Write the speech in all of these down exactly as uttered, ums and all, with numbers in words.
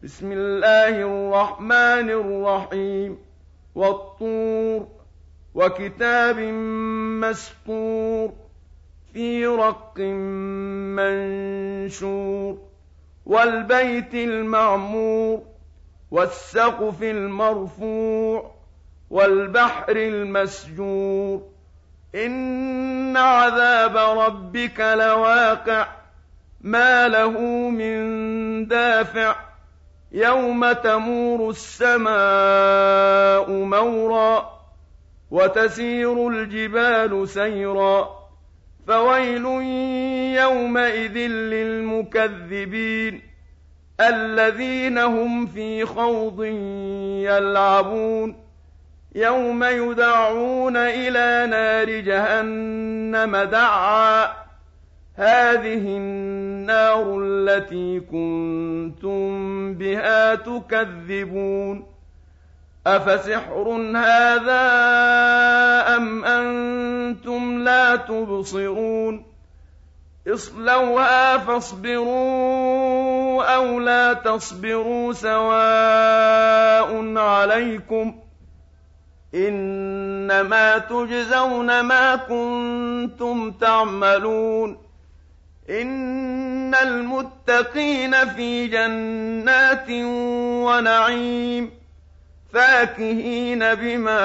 بسم الله الرحمن الرحيم والطور وكتاب مسطور في رق منشور والبيت المعمور والسقف المرفوع والبحر المسجور إن عذاب ربك لواقع ما له من دافع يوم تمور السماء مورا وتسير الجبال سيرا فويل يومئذ للمكذبين الذين هم في خوض يلعبون يوم يدعون إلى نار جهنم دعا هذه النار التي كنتم بها تكذبون أفسحر هذا أم أنتم لا تبصرون اصلوها فاصبروا أو لا تصبروا سواء عليكم إنما تجزون ما كنتم تعملون إن المتقين في جنات ونعيم فاكهين بما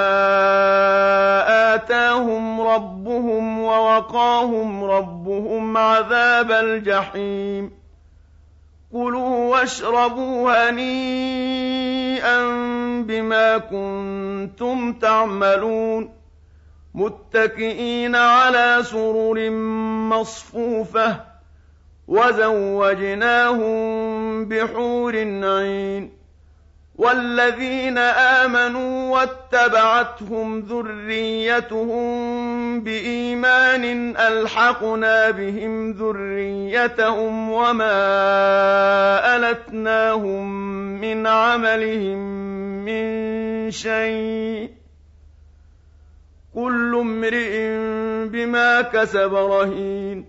آتاهم ربهم ووقاهم ربهم عذاب الجحيم كلوا واشربوا هنيئا بما كنتم تعملون متكئين على سرر مصفوفة وزوجناهم بحور عين والذين آمنوا واتبعتهم ذريتهم بإيمان ألحقنا بهم ذريتهم وما ألتناهم من عملهم من شيء كل امرئ بما كسب رهين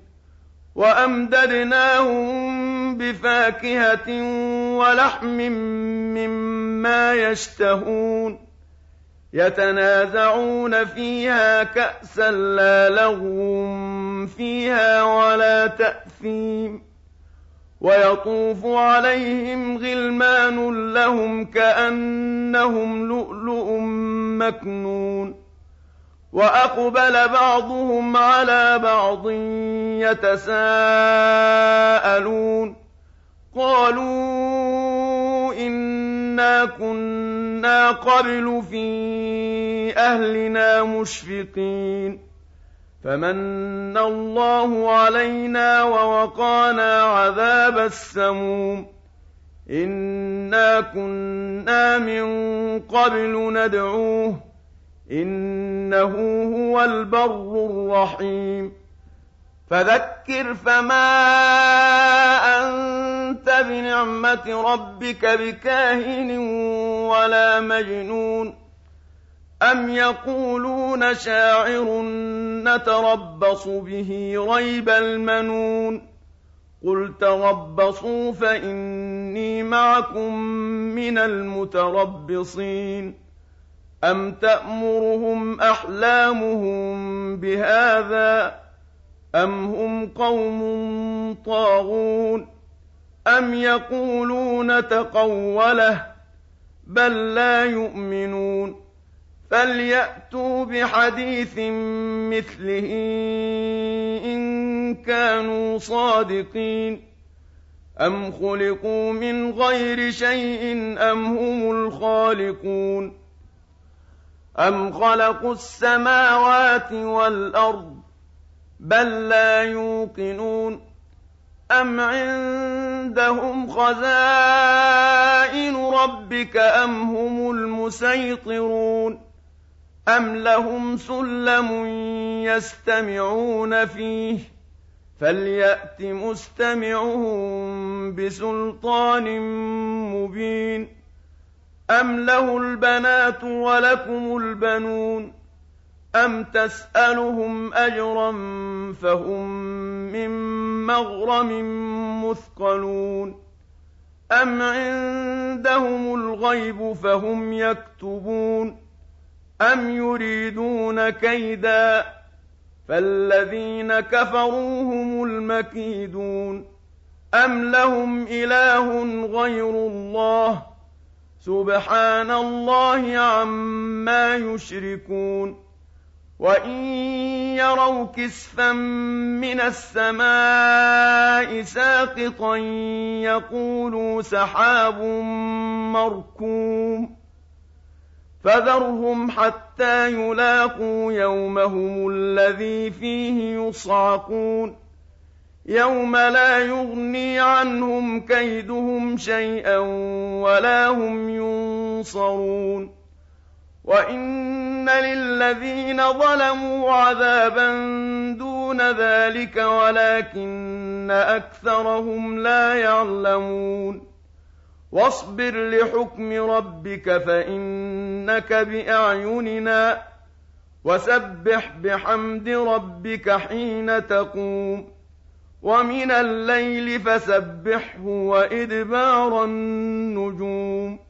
وأمددناهم بفاكهة ولحم مما يشتهون يتنازعون فيها كأسا لا لغو فيها ولا تأثيم ويطوف عليهم غلمان لهم كأنهم لؤلؤ مكنون وأقبل بعضهم على بعض يتساءلون قالوا إنا كنا قبل في أهلنا مشفقين فمن الله علينا ووقانا عذاب السموم إنا كنا من قبل ندعوه إنه هو البر الرحيم فذكر فما أنت بنعمة ربك بكاهن ولا مجنون أم يقولون شاعر نتربص به ريب المنون قل تربصوا فإني معكم من المتربصين أم تأمرهم أحلامهم بهذا أم هم قوم طاغون أم يقولون تقوله بل لا يؤمنون فليأتوا بحديث مثله إن كانوا صادقين أم خلقوا من غير شيء أم هم الخالقون أم خلقوا السماوات والأرض بل لا يوقنون أم عندهم خزائن ربك أم هم المسيطرون أم لهم سلم يستمعون فيه فليأت مستمعهم بسلطان مبين أم له البنات ولكم البنون أم تسألهم أجرا فهم من مغرم مثقلون أم عند عندهم الغيب فهم يكتبون أم يريدون كيدا فالذين كفروا هم المكيدون أم لهم إله غير الله سبحان الله عما يشركون وإن يروا كسفا من السماء ساقطا يقولوا سحاب مركوم فذرهم حتى يلاقوا يومهم الذي فيه يصعقون يوم لا يغني عنهم كيدهم شيئا ولا هم ينصرون وإن للذين ظلموا عذابا دون ذلك ولكن أكثرهم لا يعلمون واصبر لحكم ربك فإنك بأعيننا وسبح بحمد ربك حين تقوم ومن الليل فسبحه وإدبار النجوم